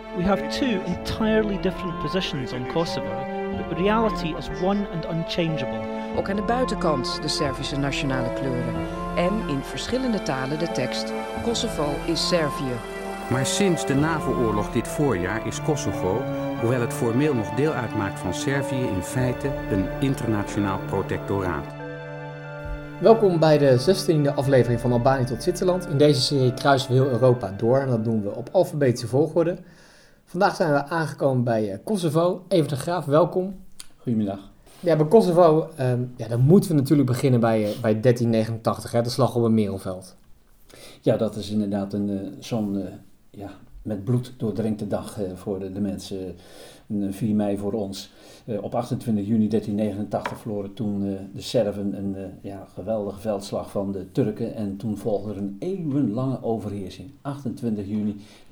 We have two entirely different positions on Kosovo, but reality is one and unchangeable. Ook aan de buitenkant de Servische nationale kleuren. En in verschillende talen de tekst: Kosovo is Servië. Maar sinds de NAVO-oorlog dit voorjaar is Kosovo, hoewel het formeel nog deel uitmaakt van Servië, in feite een internationaal protectoraat. Welkom bij de 16e aflevering van Albanië tot Zwitserland. In deze serie kruisen we heel Europa door en dat doen we op alfabetische volgorde. Vandaag zijn we aangekomen bij Kosovo. Evert de Graaf, welkom. Goedemiddag. Ja, bij Kosovo, dan moeten we natuurlijk beginnen bij 1389, hè, de slag op het Merelveld. Ja, dat is inderdaad zo'n met bloed doordrenkte dag voor de mensen. Een 4 mei voor ons. Op 28 juni 1389 verloren toen de Serven een geweldige veldslag van de Turken. En toen volgde er een eeuwenlange overheersing. 28 juni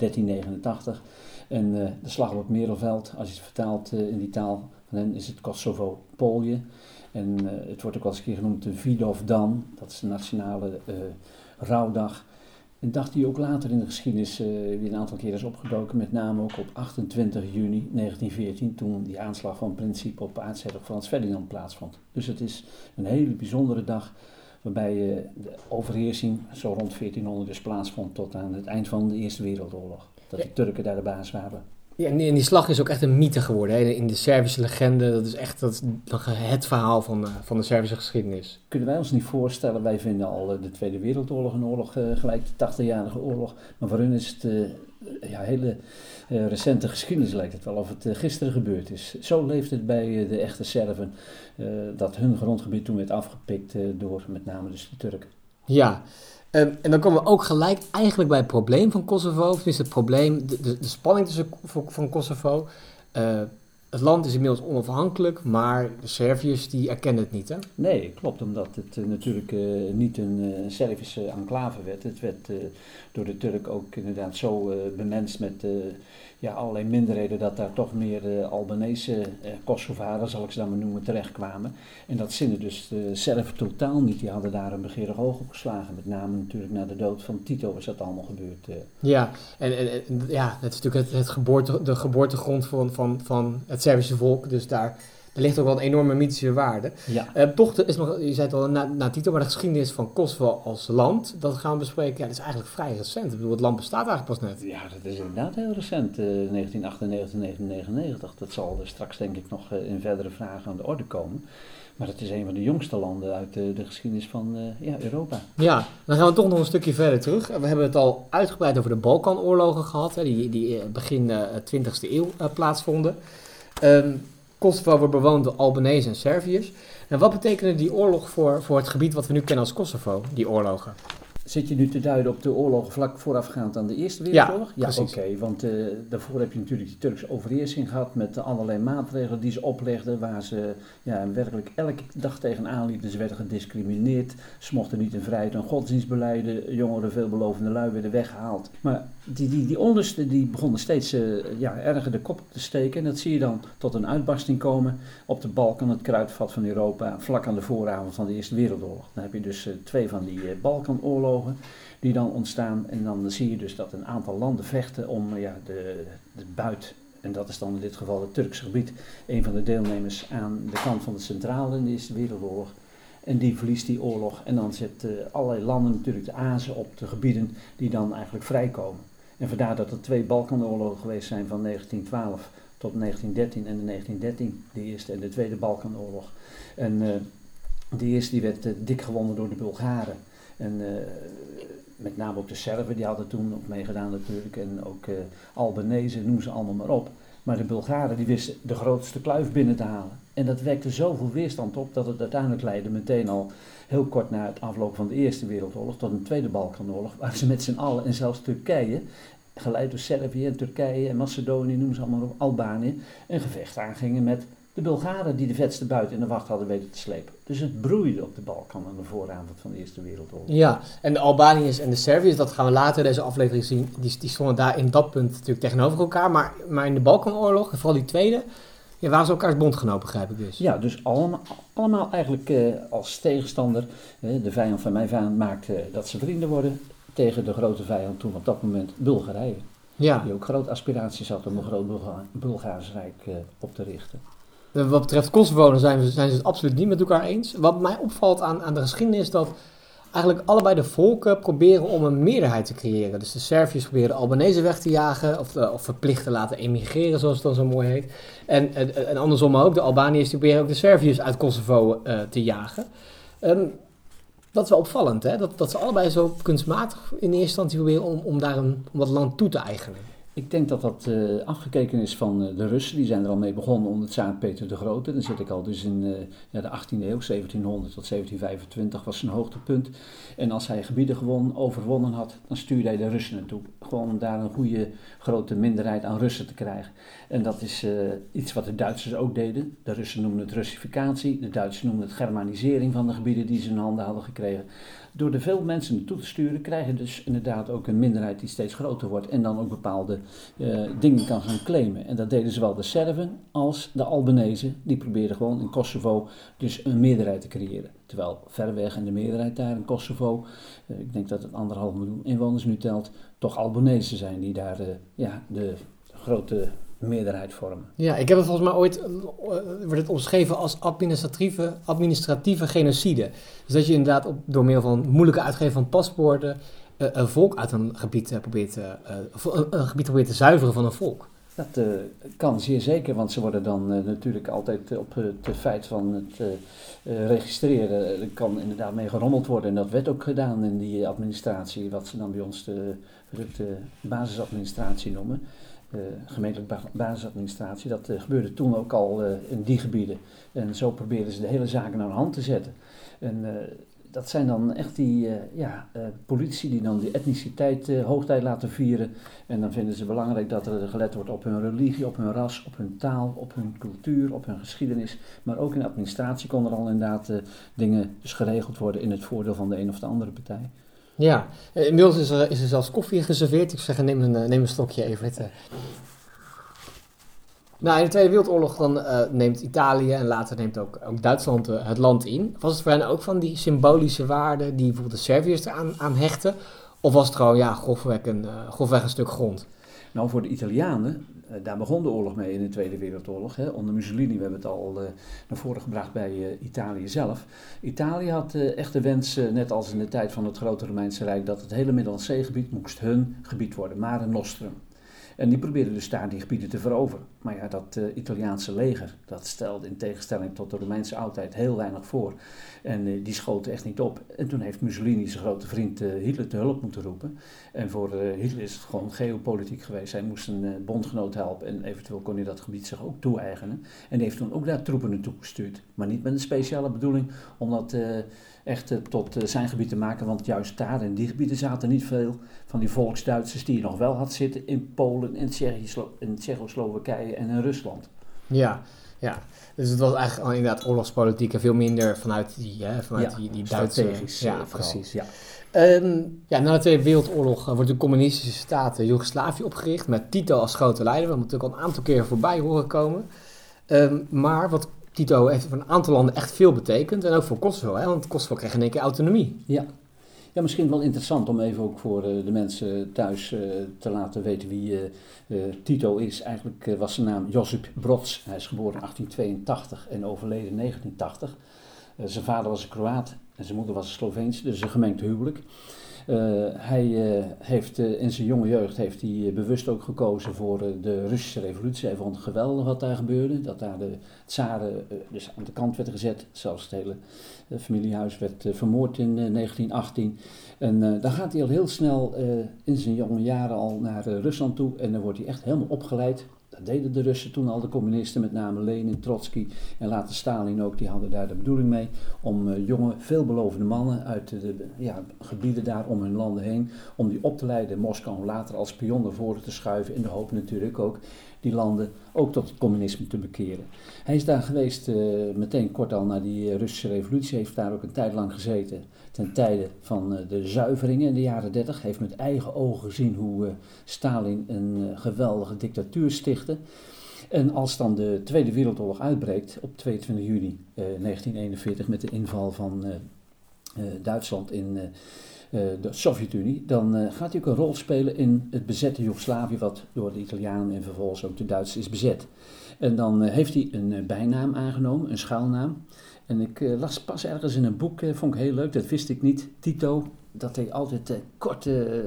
1389. En de slag op het Merelveld, als je het vertaalt in die taal van hen, is het Kosovo-Polje. En het wordt ook wel eens een keer genoemd de Vidovdan. Dat is de nationale rouwdag. Een dag die ook later in de geschiedenis weer een aantal keer is opgedoken, met name ook op 28 juni 1914, toen die aanslag van Principe op aartshertog Frans Ferdinand plaatsvond. Dus het is een hele bijzondere dag, waarbij de overheersing zo rond 1400 dus plaatsvond tot aan het eind van de Eerste Wereldoorlog. Dat de Turken daar de baas waren. Ja, en die slag is ook echt een mythe geworden, hè? In de Servische legende. Dat is echt het verhaal van de Servische geschiedenis. Kunnen wij ons niet voorstellen, wij vinden al de Tweede Wereldoorlog een oorlog gelijk de 80-jarige oorlog. Maar voor hun is het hele recente geschiedenis, lijkt het wel of het gisteren gebeurd is. Zo leeft het bij de echte Serven, dat hun grondgebied toen werd afgepikt door met name dus de Turken. Ja. En dan komen we ook gelijk eigenlijk bij het probleem van Kosovo. Of is het probleem, de spanning van Kosovo. Het land is inmiddels onafhankelijk, maar de Serviërs die erkennen het niet, hè? Nee, klopt, omdat het natuurlijk niet een Servische enclave werd. Het werd door de Turk ook inderdaad zo bemenst met allerlei minderheden, dat daar toch meer Albanese Kosovaren, zal ik ze dan maar noemen, terechtkwamen. En dat zinnen dus de Serven totaal niet. Die hadden daar een begeerig oog op geslagen. Met name natuurlijk na de dood van Tito is dat allemaal gebeurd. Ja, en het is natuurlijk de geboortegrond van het Servische volk. Dus daar ligt ook wel een enorme mythische waarde. Ja. Toch is nog, je zei het al, na Tito, maar de geschiedenis van Kosovo als land, dat gaan we bespreken. Ja, dat is eigenlijk vrij recent. Ik bedoel, het land bestaat eigenlijk pas net. Ja, dat is inderdaad heel recent. 1998, 1999. Dat zal straks denk ik nog in verdere vragen aan de orde komen. Maar het is een van de jongste landen uit de geschiedenis van Europa. Ja, dan gaan we toch nog een stukje verder terug. We hebben het al uitgebreid over de Balkanoorlogen gehad, hè, die begin 20e eeuw plaatsvonden. Kosovo wordt bewoond door Albanese en Serviërs. En wat betekende die oorlog voor het gebied wat we nu kennen als Kosovo, die oorlogen? Zit je nu te duiden op de oorlogen vlak voorafgaand aan de Eerste Wereldoorlog? Ja, oké, want daarvoor heb je natuurlijk die Turkse overheersing gehad met allerlei maatregelen die ze oplegden, waar ze werkelijk elke dag tegenaan liepen. Ze werden gediscrimineerd, ze mochten niet in vrijheid hun godsdienst jongeren, veelbelovende lui werden weggehaald. Maar die onderste die begonnen steeds erger de kop op te steken. En dat zie je dan tot een uitbarsting komen op de Balkan, het kruidvat van Europa, vlak aan de vooravond van de Eerste Wereldoorlog. Dan heb je dus 2 van die Balkanoorlogen die dan ontstaan. En dan zie je dus dat een aantal landen vechten om de buit. En dat is dan in dit geval het Turkse gebied. Een van de deelnemers aan de kant van de centrale in de Eerste Wereldoorlog. En die verliest die oorlog. En dan zet allerlei landen natuurlijk de azen op de gebieden die dan eigenlijk vrijkomen. En vandaar dat er 2 Balkanoorlogen geweest zijn van 1912 tot 1913 en de 1913, de Eerste en de Tweede Balkanoorlog. En de eerste die werd dik gewonnen door de Bulgaren. En met name ook de Serven, die hadden toen ook meegedaan natuurlijk. En ook Albanese, noem ze allemaal maar op. Maar de Bulgaren die wisten de grootste kluif binnen te halen. En dat wekte zoveel weerstand op dat het uiteindelijk leidde meteen al heel kort na het afloop van de Eerste Wereldoorlog tot een Tweede Balkanoorlog. Waar ze met z'n allen en zelfs Turkije, geleid door Servië en Turkije en Macedonië, noem ze allemaal op, Albanië, een gevecht aangingen met de Bulgaren die de vetste buit in de wacht hadden weten te slepen. Dus het broeide op de Balkan aan de vooravond van de Eerste Wereldoorlog. Ja, en de Albaniërs en de Serviërs, dat gaan we later in deze aflevering zien, die stonden daar in dat punt natuurlijk tegenover elkaar. Maar in de Balkanoorlog, en vooral die tweede, waren ze elkaars bondgenoot, begrijp ik dus. Ja, dus allemaal eigenlijk als tegenstander. De vijand van mijn vijand maakt dat ze vrienden worden tegen de grote vijand toen op dat moment Bulgarije. Ja. Die ook grote aspiraties had om een groot Bulgaars Rijk op te richten. Wat betreft Kosovo zijn ze het absoluut niet met elkaar eens. Wat mij opvalt aan de geschiedenis is dat eigenlijk allebei de volken proberen om een meerderheid te creëren. Dus de Serviërs proberen de Albanese weg te jagen of verplicht te laten emigreren, zoals het dan zo mooi heet. En andersom ook, de Albaniërs die proberen ook de Serviërs uit Kosovo te jagen. Dat is wel opvallend, hè? Dat ze allebei zo kunstmatig in eerste instantie proberen om dat land toe te eigenen. Ik denk dat dat afgekeken is van de Russen. Die zijn er al mee begonnen onder Tsaar Peter de Grote. Dan zit ik al dus in de 18e eeuw, 1700 tot 1725 was zijn hoogtepunt. En als hij gebieden overwonnen had, dan stuurde hij de Russen naartoe. Gewoon om daar een goede grote minderheid aan Russen te krijgen. En dat is iets wat de Duitsers ook deden. De Russen noemen het Russificatie. De Duitsers noemen het Germanisering van de gebieden die ze in handen hadden gekregen. Door er veel mensen naartoe te sturen, krijg je dus inderdaad ook een minderheid die steeds groter wordt en dan ook bepaalde dingen kan gaan claimen. En dat deden zowel de Serven als de Albanezen. Die probeerden gewoon in Kosovo dus een meerderheid te creëren. Terwijl verreweg en de meerderheid daar in Kosovo, ik denk dat het 1,5 miljoen inwoners nu telt, toch Albanezen zijn die daar de grote meerderheid vormen. Ja, ik heb het volgens mij ooit, wordt het omschreven als administratieve genocide. Dus dat je inderdaad door middel van moeilijke uitgeven van paspoorten een volk uit een gebied probeert te zuiveren van een volk. Dat kan zeer zeker, want ze worden dan natuurlijk altijd op het feit van het registreren. Er kan inderdaad mee gerommeld worden en dat werd ook gedaan in die administratie, wat ze dan bij ons de basisadministratie noemen. Gemeentelijke basisadministratie, dat gebeurde toen ook al in die gebieden. En zo probeerden ze de hele zaken naar de hand te zetten. En dat zijn dan echt die politici die dan die etniciteit hoogtij laten vieren. En dan vinden ze belangrijk dat er gelet wordt op hun religie, op hun ras, op hun taal, op hun cultuur, op hun geschiedenis. Maar ook in de administratie konden er al inderdaad dingen dus geregeld worden in het voordeel van de een of de andere partij. Ja, inmiddels is er zelfs koffie geserveerd. Ik zeg, neem een stokje even. Nou, in de Tweede Wereldoorlog dan neemt Italië en later neemt ook Duitsland het land in. Was het voor hen ook van die symbolische waarden die bijvoorbeeld de Serviërs eraan hechten? Of was het gewoon grofweg een stuk grond? Nou, voor de Italianen, daar begon de oorlog mee in de Tweede Wereldoorlog. Hè. Onder Mussolini, we hebben het al naar voren gebracht bij Italië zelf. Italië had echt de wens, net als in de tijd van het grote Romeinse Rijk, dat het hele Middellandse Zeegebied moest hun gebied worden, Mare Nostrum. En die probeerden dus daar die gebieden te veroveren. Maar ja, dat Italiaanse leger, dat stelde in tegenstelling tot de Romeinse oudheid heel weinig voor. En die schoten echt niet op. En toen heeft Mussolini zijn grote vriend Hitler te hulp moeten roepen. En voor Hitler is het gewoon geopolitiek geweest. Hij moest een bondgenoot helpen en eventueel kon hij dat gebied zich ook toe-eigenen. En die heeft toen ook daar troepen naartoe gestuurd. Maar niet met een speciale bedoeling om dat echt tot zijn gebied te maken. Want juist daar in die gebieden zaten niet veel van die volksduitsers die je nog wel had zitten in Polen, in Tsjechoslowakije en in Rusland. Ja. Dus het was eigenlijk inderdaad oorlogspolitiek en veel minder vanuit die Duitse... Strategisch. Ja, precies. Ja. Na de Tweede Wereldoorlog wordt de communistische staat Joegoslavië opgericht met Tito als grote leider. We hebben natuurlijk al een aantal keer voorbij horen komen. Maar wat Tito heeft voor een aantal landen echt veel betekend. En ook voor Kosovo, hè, want Kosovo kreeg in één keer autonomie. Ja, misschien wel interessant om even ook voor de mensen thuis te laten weten wie Tito is. Eigenlijk was zijn naam Josip Broz. Hij is geboren in 1882 en overleden in 1980. Zijn vader was een Kroaat en zijn moeder was een Sloveense, dus een gemengd huwelijk. Hij heeft in zijn jonge jeugd bewust ook gekozen voor de Russische revolutie. Hij vond het geweldig wat daar gebeurde, dat daar de tsaren dus aan de kant werden gezet. Zelfs het hele familiehuis werd vermoord in 1918. En dan gaat hij al heel snel in zijn jonge jaren al naar Rusland toe en dan wordt hij echt helemaal opgeleid. Dat deden de Russen toen al, de communisten, met name Lenin, Trotsky en later Stalin ook, die hadden daar de bedoeling mee om jonge, veelbelovende mannen uit de gebieden daar om hun landen heen, om die op te leiden in Moskou en later als spion naar voren te schuiven in de hoop natuurlijk ook die landen ook tot het communisme te bekeren. Hij is daar geweest meteen kort al na die Russische revolutie, heeft daar ook een tijd lang gezeten ten tijde van de zuiveringen in de jaren 30. Heeft met eigen ogen gezien hoe Stalin een geweldige dictatuur stichtte. En als dan de Tweede Wereldoorlog uitbreekt op 22 juni 1941 met de inval van Duitsland in de Sovjet-Unie, dan gaat hij ook een rol spelen in het bezette Joegoslavië, wat door de Italianen en vervolgens ook de Duitsers is bezet. En dan heeft hij een bijnaam aangenomen, een schuilnaam. En ik las pas ergens in een boek, vond ik heel leuk, dat wist ik niet, Tito, dat hij altijd korte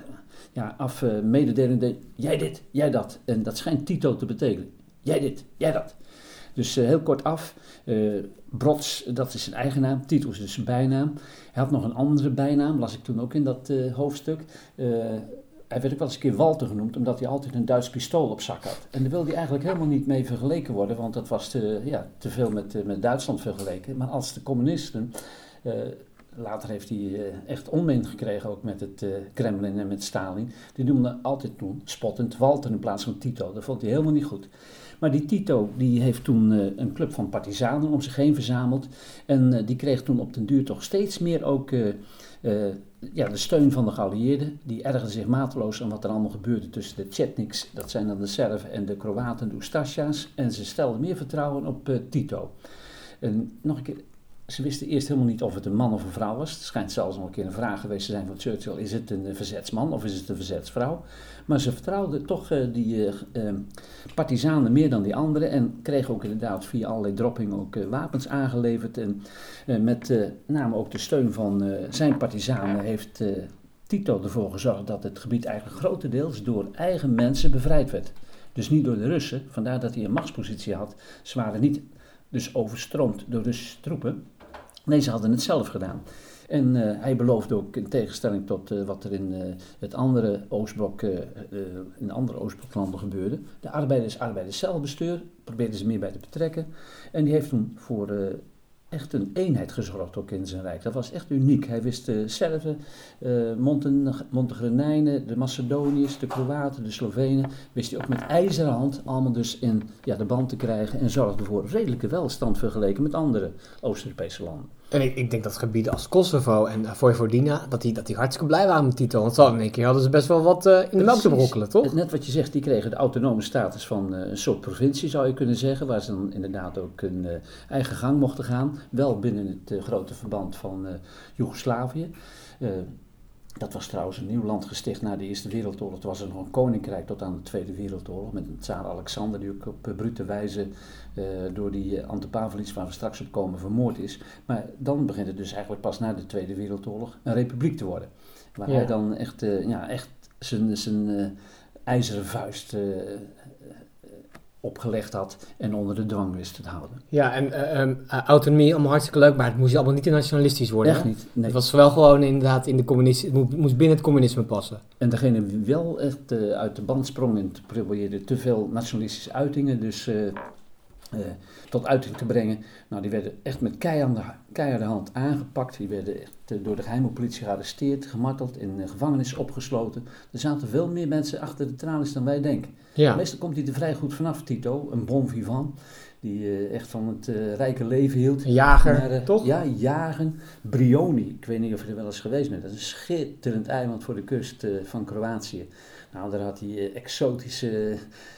mededelingen deed. Jij dit, jij dat. En dat schijnt Tito te betekenen. Jij dit, jij dat. Dus heel kort af, Brods, dat is zijn eigen naam, Tito is dus zijn bijnaam. Hij had nog een andere bijnaam, las ik toen ook in dat hoofdstuk. Hij werd ook wel eens een keer Walter genoemd, omdat hij altijd een Duits pistool op zak had. En daar wilde hij eigenlijk helemaal niet mee vergeleken worden, want dat was te veel met Duitsland vergeleken. Maar als de communisten, later heeft hij echt onmin gekregen ook met het Kremlin en met Stalin. Die noemden altijd toen spottend Walter in plaats van Tito. Dat vond hij helemaal niet goed. Maar die Tito die heeft toen een club van partisanen om zich heen verzameld. En die kreeg toen op den duur toch steeds meer ook de steun van de geallieerden. Die ergerden zich mateloos aan wat er allemaal gebeurde tussen de Chetniks, dat zijn dan de Serven, en de Kroaten, de Ustasja's. En ze stelden meer vertrouwen op Tito. En nog een keer, ze wisten eerst helemaal niet of het een man of een vrouw was. Het schijnt zelfs nog een keer een vraag geweest te zijn van Churchill. Is het een verzetsman of is het een verzetsvrouw? Maar ze vertrouwden toch die partisanen meer dan die anderen. En kregen ook inderdaad via allerlei droppingen ook wapens aangeleverd. En met name ook de steun van zijn partisanen heeft Tito ervoor gezorgd dat het gebied eigenlijk grotendeels door eigen mensen bevrijd werd. Dus niet door de Russen. Vandaar dat hij een machtspositie had. Ze waren niet dus overstroomd door Russische troepen. Nee, ze hadden het zelf gedaan. En hij beloofde ook, in tegenstelling tot wat er in het andere Oostblok, in andere Oostbloklanden gebeurde, de arbeiders zelfbestuur, probeerden ze meer bij te betrekken. En die heeft toen voor echt een eenheid gezorgd ook in zijn rijk. Dat was echt uniek. Hij wist de Serven, Montenegrijnen, de Macedoniërs, de Kroaten, de Slovenen, wist hij ook met ijzeren hand allemaal dus in de band te krijgen en zorgde voor redelijke welstand vergeleken met andere Oost-Europese landen. En ik denk dat gebieden als Kosovo en Vojvodina, dat die hartstikke blij waren met Tito. Want in één keer hadden ze best wel wat in de melk te brokkelen, toch? Net wat je zegt, die kregen de autonome status van een soort provincie, zou je kunnen zeggen. Waar ze dan inderdaad ook een eigen gang mochten gaan. Wel binnen het grote verband van Joegoslavië. Dat was trouwens een nieuw land gesticht na de Eerste Wereldoorlog. Toen was er nog een koninkrijk tot aan de Tweede Wereldoorlog. Met een tsaar Alexander die ook op brute wijze door die Ante Pavelić, waar we straks op komen, vermoord is. Maar dan begint het dus eigenlijk pas na de Tweede Wereldoorlog een republiek te worden. Waar hij dan echt zijn ijzeren vuist opgelegd had en onder de dwang wist te houden. Ja, en autonomie, allemaal hartstikke leuk, maar het moest allemaal niet te nationalistisch worden. Echt niet. Nee. Het was wel gewoon inderdaad in de communisme, het moest binnen het communisme passen. En degene die wel echt uit de band sprong en probeerde te veel nationalistische uitingen dus tot uiting te brengen. Nou, die werden echt met keiharde hand aangepakt. Die werden echt door de geheime politie gearresteerd, gemarteld, in gevangenis opgesloten. Er zaten veel meer mensen achter de tralies dan wij denken. Ja. Meestal komt hij er vrij goed vanaf, Tito, een bon vivant. Die echt van het rijke leven hield. Een jager, toch? Ja, jagen. Brioni, ik weet niet of je er wel eens geweest bent. Dat is een schitterend eiland voor de kust van Kroatië. Nou, daar had hij exotische,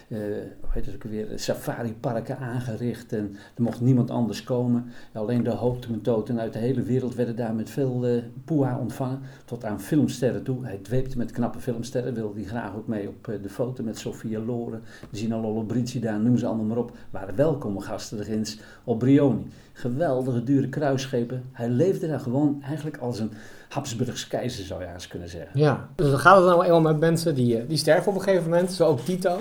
safari-parken aangericht en er mocht niemand anders komen. Alleen de hoogtementoten uit de hele wereld werden daar met veel poeha ontvangen, tot aan filmsterren toe. Hij dweepte met knappe filmsterren, wilde hij graag ook mee op de foto met Sofia Loren, Gina Lollobrigida, noem ze allemaal maar op. Waren welkome gasten de ginds op Brioni. Geweldige, dure kruisschepen. Hij leefde daar gewoon eigenlijk als een Habsburgs keizer, zou je eens kunnen zeggen. Ja, dus dan gaat het nou eenmaal met mensen die sterven op een gegeven moment, zo ook Tito.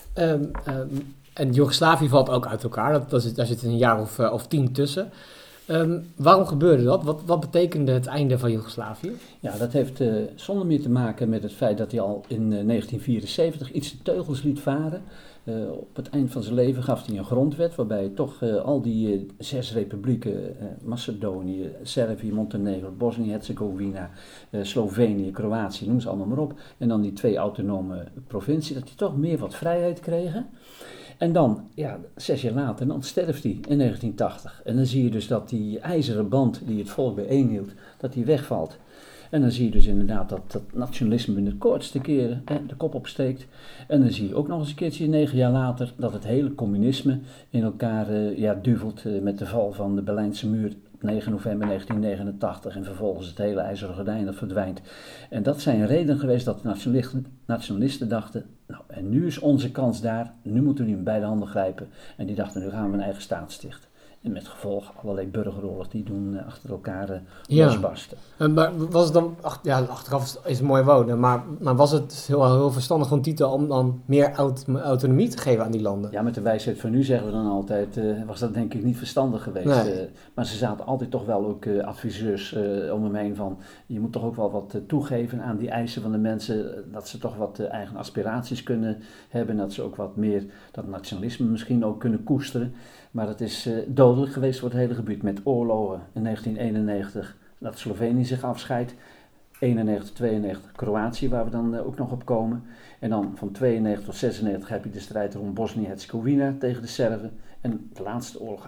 En Joegoslavië valt ook uit elkaar, daar zit een jaar of 10 tussen. Waarom gebeurde dat? Wat betekende het einde van Joegoslavië? Ja, dat heeft zonder meer te maken met het feit dat hij al in 1974 iets de teugels liet varen. Op het eind van zijn leven gaf hij een grondwet waarbij toch al die 6 republieken, Macedonië, Servië, Montenegro, Bosnië-Herzegovina, Slovenië, Kroatië, noem ze allemaal maar op. En dan die 2 autonome provincies, dat die toch meer wat vrijheid kregen. En dan, 6 jaar later, dan sterft hij in 1980. En dan zie je dus dat die ijzeren band die het volk bijeenhield, dat die wegvalt. En dan zie je dus inderdaad dat nationalisme binnen de kortste keren de kop opsteekt. En dan zie je ook nog eens een keertje 9 jaar later dat het hele communisme in elkaar duvelt met de val van de Berlijnse muur 9 november 1989 en vervolgens het hele IJzeren Gordijn dat verdwijnt. En dat zijn redenen geweest dat de nationalisten dachten, nou en nu is onze kans daar, nu moeten we die met beide handen grijpen. En die dachten, nu gaan we een eigen staat stichten. En met gevolg allerlei burgeroorlog die doen achter elkaar losbarsten. Maar was het dan, achteraf is het mooi wonen, maar was het heel verstandig van Tito om dan meer autonomie te geven aan die landen? Ja, met de wijsheid van nu zeggen we dan altijd, was dat denk ik niet verstandig geweest. Nee. Maar ze zaten altijd toch wel ook adviseurs om hem heen van, je moet toch ook wel wat toegeven aan die eisen van de mensen, dat ze toch wat eigen aspiraties kunnen hebben, dat ze ook wat meer dat nationalisme misschien ook kunnen koesteren. Maar het is dodelijk geweest voor het hele gebied met oorlogen in 1991, dat Slovenië zich afscheidt. 91, 92 Kroatië, waar we dan ook nog op komen. En dan van 92 tot 96 heb je de strijd rond Bosnië-Herzegovina tegen de Serven. En de laatste oorlog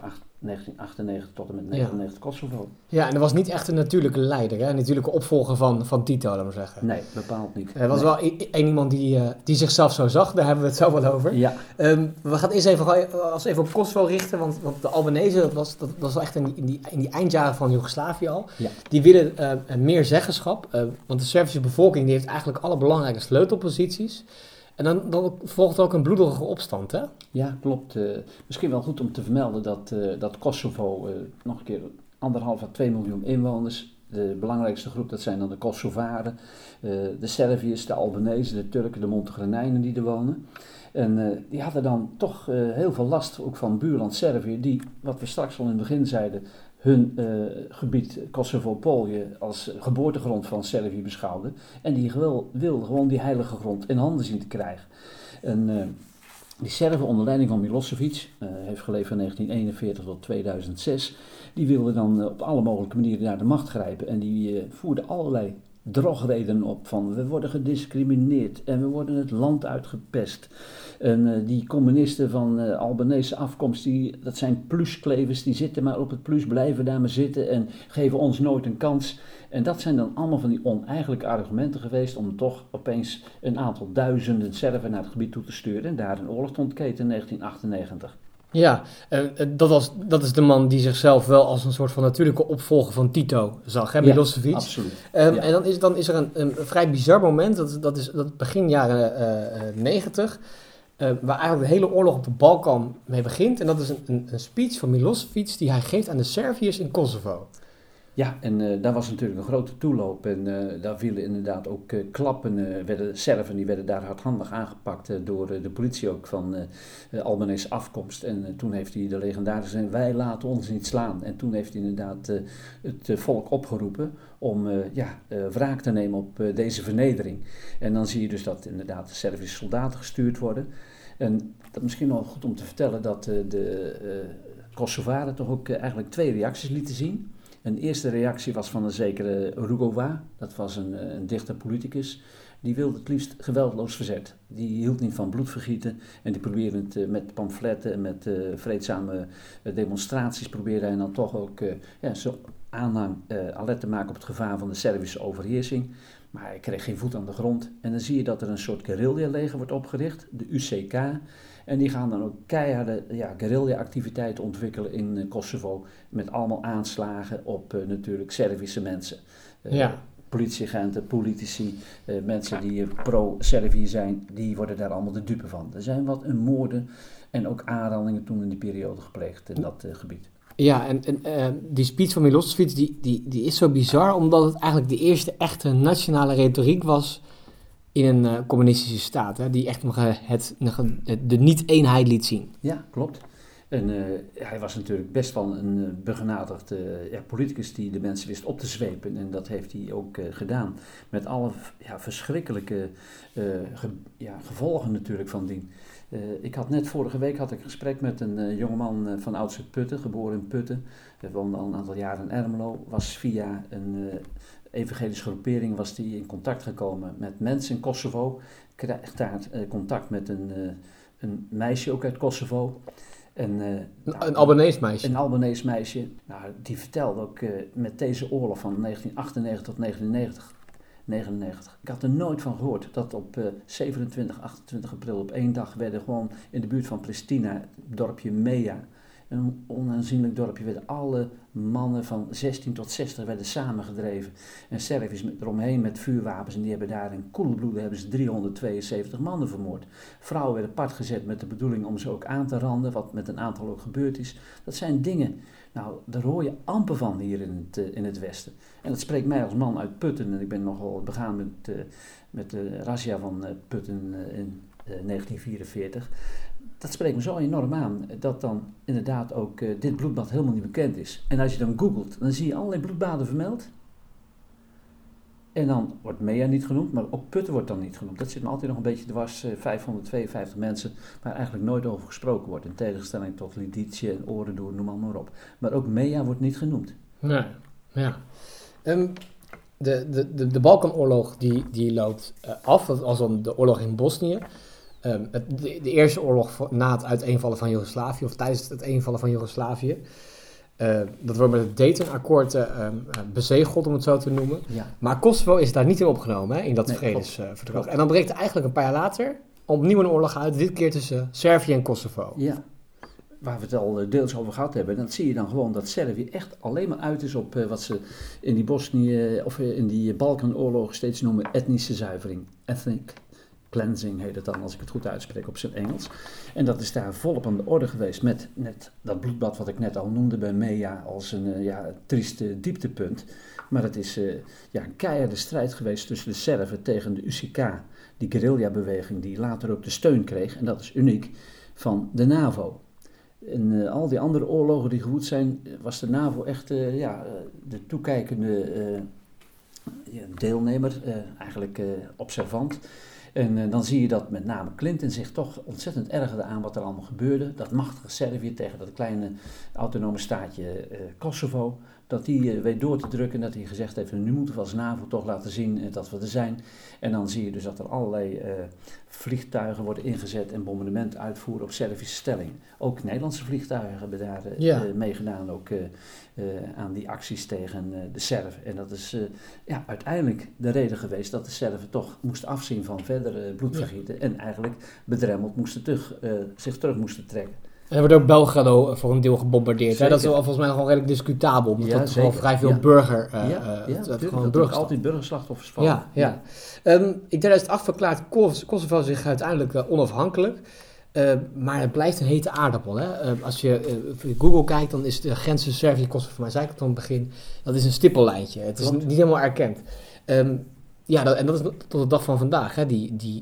1998 tot en met 99 Kosovo. Ja, en er was niet echt een natuurlijke leider, hè? Een natuurlijke opvolger van Tito, laten we zeggen. Nee, bepaald niet. Er was wel één iemand die zichzelf zo zag, daar hebben we het zo wel over. Ja. We gaan eerst even op Kosovo richten, want de Albanese, dat was echt in die eindjaren van Joegoslavië al. Ja. Die willen meer zeggenschap, want de Servische bevolking die heeft eigenlijk alle belangrijke sleutelposities. En dan volgt ook een bloedige opstand, hè? Ja, klopt. Misschien wel goed om te vermelden dat Kosovo nog een keer 1,5 à 2 miljoen inwoners. De belangrijkste groep, dat zijn dan de Kosovaren, de Serviërs, de Albanese, de Turken, de Montenegrijnen die er wonen. En die hadden dan toch heel veel last ook van buurland Servië, die, wat we straks al in het begin zeiden, hun gebied Kosovo-Polje als geboortegrond van Servië beschouwden. En die wilden gewoon die heilige grond in handen zien te krijgen. En die Serven onder leiding van Milosevic, heeft geleefd van 1941 tot 2006, die wilden dan op alle mogelijke manieren naar de macht grijpen. En die voerden allerlei drogredenen op van we worden gediscrimineerd en we worden het land uitgepest. En die communisten van Albanese afkomst, dat zijn plusklevers, die zitten maar op het plus, blijven daar maar zitten en geven ons nooit een kans. En dat zijn dan allemaal van die oneigenlijke argumenten geweest om toch opeens een aantal duizenden Serven naar het gebied toe te sturen en daar een oorlog te ontketen in 1998. Ja, dat is de man die zichzelf wel als een soort van natuurlijke opvolger van Tito zag, hè, Milosevic. Absoluut. En dan is er een vrij bizar moment, dat is begin jaren 90, waar eigenlijk de hele oorlog op de Balkan mee begint. En dat is een speech van Milosevic die hij geeft aan de Serviërs in Kosovo. Ja, en daar was natuurlijk een grote toeloop en daar vielen inderdaad ook klappen, Serven die werden daar hardhandig aangepakt door de politie ook van Albanese afkomst. En toen heeft hij de legendarische zin, wij laten ons niet slaan. En toen heeft hij inderdaad het volk opgeroepen om wraak te nemen op deze vernedering. En dan zie je dus dat inderdaad de Servische soldaten gestuurd worden. En dat misschien wel goed om te vertellen dat de Kosovaren toch ook eigenlijk 2 reacties lieten zien. Een eerste reactie was van een zekere Rugova, dat was een dichter politicus. Die wilde het liefst geweldloos verzet. Die hield niet van bloedvergieten en die probeerde het met pamfletten en met vreedzame demonstraties probeerde hij dan toch ook zo aanhang alert te maken op het gevaar van de Servische overheersing. Maar hij kreeg geen voet aan de grond. En dan zie je dat er een soort guerrilla-leger wordt opgericht, de UCK. En die gaan dan ook keiharde guerrilla-activiteiten ontwikkelen in Kosovo. Met allemaal aanslagen op natuurlijk Servische mensen. Politieagenten, politici, mensen die pro-Servië zijn, die worden daar allemaal de dupe van. Er zijn wat moorden en ook aanrandingen toen in die periode gepleegd in dat gebied. Ja, en die speech van Milosevic, die is zo bizar, omdat het eigenlijk de eerste echte nationale retoriek was in een communistische staat, hè, die echt nog de niet-eenheid liet zien. Ja, klopt. En hij was natuurlijk best wel een begenadigd politicus die de mensen wist op te zwepen. En dat heeft hij ook gedaan. Met alle verschrikkelijke gevolgen natuurlijk van dien. Ik had net vorige week een gesprek met een jongeman van Oudse Putten, geboren in Putten. Hij woonde al een aantal jaren in Ermelo. Was via een evangelische groepering was die in contact gekomen met mensen in Kosovo. Krijgt daar contact met een meisje ook uit Kosovo. Een Albanees meisje. Een Albanees meisje. Nou, die vertelde ook met deze oorlog van 1998 tot 1999. Ik had er nooit van gehoord dat op 27, 28 april op 1 dag werden gewoon in de buurt van Pristina, het dorpje Mea, een onaanzienlijk dorpje, werden alle mannen van 16 tot 60 werden samengedreven. En Serviërs eromheen met vuurwapens en die hebben daar in koelbloed hebben ze 372 mannen vermoord. Vrouwen werden apart gezet met de bedoeling om ze ook aan te randen, wat met een aantal ook gebeurd is. Dat zijn dingen, nou daar hoor je amper van hier in het Westen. En dat spreekt mij als man uit Putten, en ik ben nogal begaan met de razzia van Putten in 1944. Dat spreekt me zo enorm aan, dat dan inderdaad ook dit bloedbad helemaal niet bekend is. En als je dan googelt, dan zie je allerlei bloedbaden vermeld. En dan wordt Mea niet genoemd, maar ook Putten wordt dan niet genoemd. Dat zit me altijd nog een beetje dwars, 552 mensen, waar eigenlijk nooit over gesproken wordt. In tegenstelling tot Lidice en Oorendoer, noem maar op. Maar ook Mea wordt niet genoemd. Nee, ja. De Balkanoorlog die loopt af, dat was dan de oorlog in Bosnië. De eerste oorlog na het uiteenvallen van Joegoslavië, of tijdens het uiteenvallen van Joegoslavië. Dat wordt met het Dayton-akkoord bezegeld, om het zo te noemen. Ja. Maar Kosovo is daar niet in opgenomen, hè, in dat vredesverdrag. En dan breekt er eigenlijk een paar jaar later opnieuw een oorlog uit, dit keer tussen Servië en Kosovo. Ja, waar we het al deels over gehad hebben. Dan zie je dan gewoon dat Servië echt alleen maar uit is op wat ze in die Bosnië, of in die Balkanoorlog steeds noemen etnische zuivering. Ethnic cleansing heet het dan, als ik het goed uitspreek op zijn Engels. En dat is daar volop aan de orde geweest met net dat bloedbad wat ik net al noemde bij Mea als een trieste dieptepunt. Maar het is een keiharde strijd geweest tussen de Serven tegen de UCK, die guerrilla-beweging die later ook de steun kreeg, en dat is uniek, van de NAVO. In al die andere oorlogen die gewoed zijn, was de NAVO echt de toekijkende deelnemer, eigenlijk observant. En dan zie je dat met name Clinton zich toch ontzettend ergerde aan wat er allemaal gebeurde. Dat machtige Servië tegen dat kleine autonome staatje Kosovo. Dat die weet door te drukken en dat hij gezegd heeft, nu moeten we als NAVO toch laten zien dat we er zijn. En dan zie je dus dat er allerlei vliegtuigen worden ingezet en bombardement uitvoeren op Servische stellingen. Ook Nederlandse vliegtuigen hebben daar meegedaan, ook aan die acties tegen de Serven. En dat is uiteindelijk de reden geweest dat de Serven toch moesten afzien van verdere bloedvergieten en eigenlijk bedremmeld zich terug moesten trekken. En er wordt ook Belgrado voor een deel gebombardeerd. Hè? Dat is volgens mij nog wel redelijk discutabel. Omdat er gewoon vrij veel altijd burgerslachtoffers vallen. In 2008 verklaart Kosovo zich uiteindelijk onafhankelijk. Maar het blijft een hete aardappel. Hè? Als je Google kijkt, dan is de grens tussen Servië en Kosovo, maar zei ik het aan het begin, dat is een stippellijntje. Het is niet helemaal erkend. En dat is tot de dag van vandaag. Hè?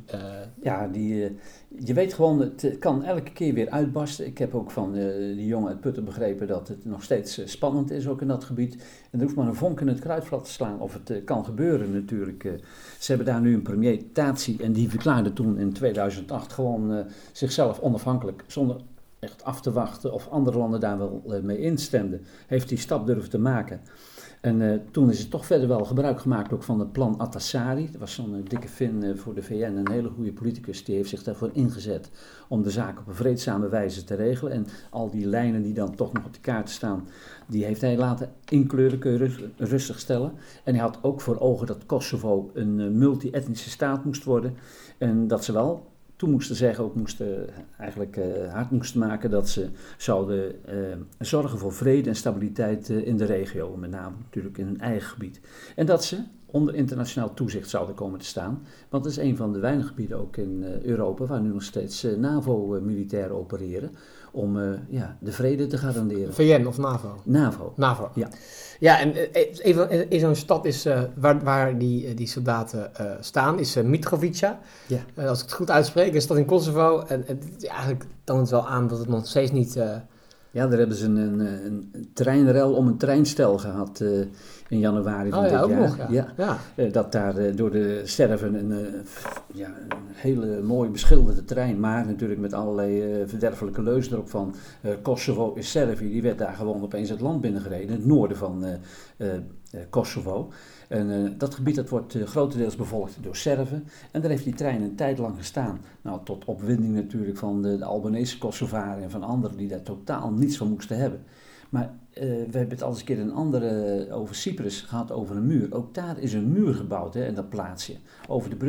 Je weet gewoon, het kan elke keer weer uitbarsten. Ik heb ook van die jongen uit Putten begrepen dat het nog steeds spannend is, ook in dat gebied. En er hoeft maar een vonk in het kruidvat te slaan of het kan gebeuren natuurlijk. Ze hebben daar nu een premier, Thaci, en die verklaarde toen in 2008 gewoon zichzelf onafhankelijk, zonder echt af te wachten of andere landen daar wel mee instemden. Heeft die stap durven te maken. En toen is er toch verder wel gebruik gemaakt ook van het plan Ahtisaari. Dat was zo'n dikke Fin voor de VN, een hele goede politicus. Die heeft zich daarvoor ingezet om de zaak op een vreedzame wijze te regelen. En al die lijnen die dan toch nog op de kaart staan, die heeft hij laten inkleuren, kun je rustig stellen. En hij had ook voor ogen dat Kosovo een multi-etnische staat moest worden. En dat ze wel toen moesten zeggen, ook hard moesten maken dat ze zouden zorgen voor vrede en stabiliteit in de regio, met name natuurlijk in hun eigen gebied. En dat ze onder internationaal toezicht zouden komen te staan, want het is een van de weinige gebieden ook in Europa waar nu nog steeds NAVO-militairen opereren om de vrede te garanderen. VN of NAVO? NAVO, ja. Ja, en in zo'n stad is waar die soldaten staan, is Mitrovica. Ja. Als ik het goed uitspreek, is dat in Kosovo. En eigenlijk toont het wel aan dat het nog steeds niet... Ja, daar hebben ze een treinrel om een treinstel gehad in januari van dit jaar. Nog, dat daar door de Serven een hele mooi beschilderde trein, maar natuurlijk met allerlei verderfelijke leuzen erop van Kosovo is Servië. Die werd daar gewoon opeens het land binnengereden, in het noorden van Kosovo. En dat gebied dat wordt grotendeels bevolkt door Serven. En daar heeft die trein een tijd lang gestaan. Nou, tot opwinding natuurlijk van de Albanese Kosovaren en van anderen die daar totaal niets van moesten hebben. Maar we hebben het al eens een keer een andere over Cyprus gehad, over een muur. Ook daar is een muur gebouwd in dat plaatsje. Over de brug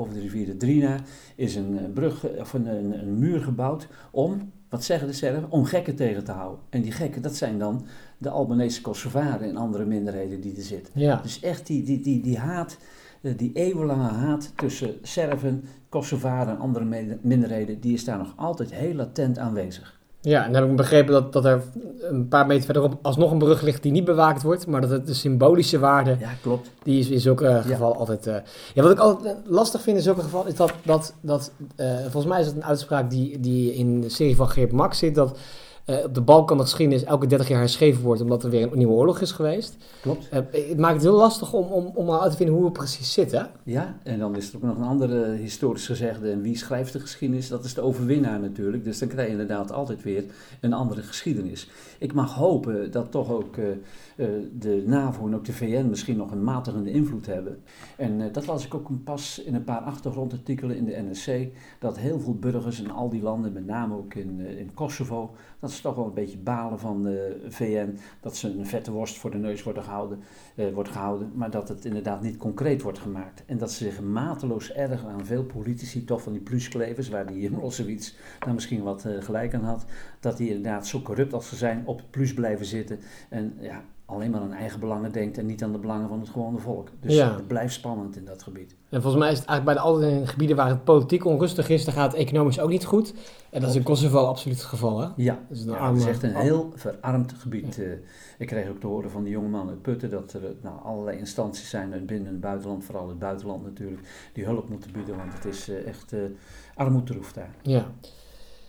over de rivier de Drina, is een brug of een muur gebouwd om, wat zeggen de Serven, om gekken tegen te houden. En die gekken, dat zijn dan de Albanese Kosovaren en andere minderheden die er zitten. Ja. Dus echt die haat, die eeuwenlange haat tussen Serven, Kosovaren en andere minderheden, die is daar nog altijd heel latent aanwezig. Ja, en dan heb ik begrepen dat er een paar meter verderop alsnog een brug ligt die niet bewaakt wordt, maar dat het de symbolische waarde, Ja, klopt. die is in zulke gevallen altijd... Ja, wat ik altijd lastig vind in zulke gevallen is dat volgens mij is het een uitspraak die in de serie van Geert Mak zit, dat op de Balkan de geschiedenis elke 30 jaar herschreven wordt, omdat er weer een nieuwe oorlog is geweest. Klopt. Het maakt het heel lastig om uit te vinden hoe het precies zit, hè? Ja, en dan is er ook nog een andere historisch gezegde, en wie schrijft de geschiedenis? Dat is de overwinnaar natuurlijk, dus dan krijg je inderdaad altijd weer een andere geschiedenis. Ik mag hopen dat toch ook de NAVO en ook de VN misschien nog een matigende invloed hebben. En dat las ik ook pas in een paar achtergrondartikelen in de NRC, dat heel veel burgers in al die landen, met name ook in Kosovo, dat ze toch wel een beetje balen van de VN, dat ze een vette worst voor de neus wordt gehouden, maar dat het inderdaad niet concreet wordt gemaakt. En dat ze zich mateloos ergeren aan veel politici, toch van die plusklevers, waar die Milosevic daar misschien wat gelijk aan had, dat die inderdaad zo corrupt als ze zijn op het plus blijven zitten en ja, alleen maar aan eigen belangen denkt en niet aan de belangen van het gewone volk. Dus het blijft spannend in dat gebied. En volgens mij is het eigenlijk bij alle gebieden waar het politiek onrustig is, dan gaat het economisch ook niet goed. En dat is in Kosovo absoluut het geval, hè? Ja, dat is echt een heel verarmd gebied. Ja. Ik kreeg ook te horen van die jongeman uit Putten dat er allerlei instanties zijn uit binnen- en buitenland, vooral het buitenland natuurlijk, die hulp moeten bieden, want het is echt armoedroef daar. Ja.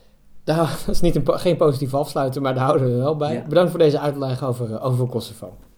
Dat is geen positieve afsluiter, maar daar houden we wel bij. Ja. Bedankt voor deze uitleg over Kosovo.